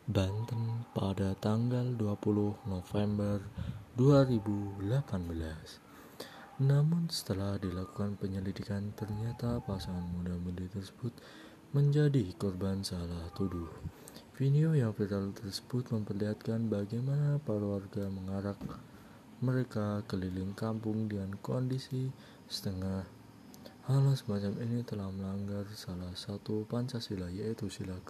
Banten pada tanggal 20 November 2018. Namun setelah dilakukan penyelidikan, ternyata pasangan muda-mudi tersebut menjadi korban salah tuduh. Video yang viral tersebut memperlihatkan bagaimana para warga mengarak mereka keliling kampung dengan kondisi setengah. Hal semacam ini telah melanggar salah satu Pancasila, yaitu sila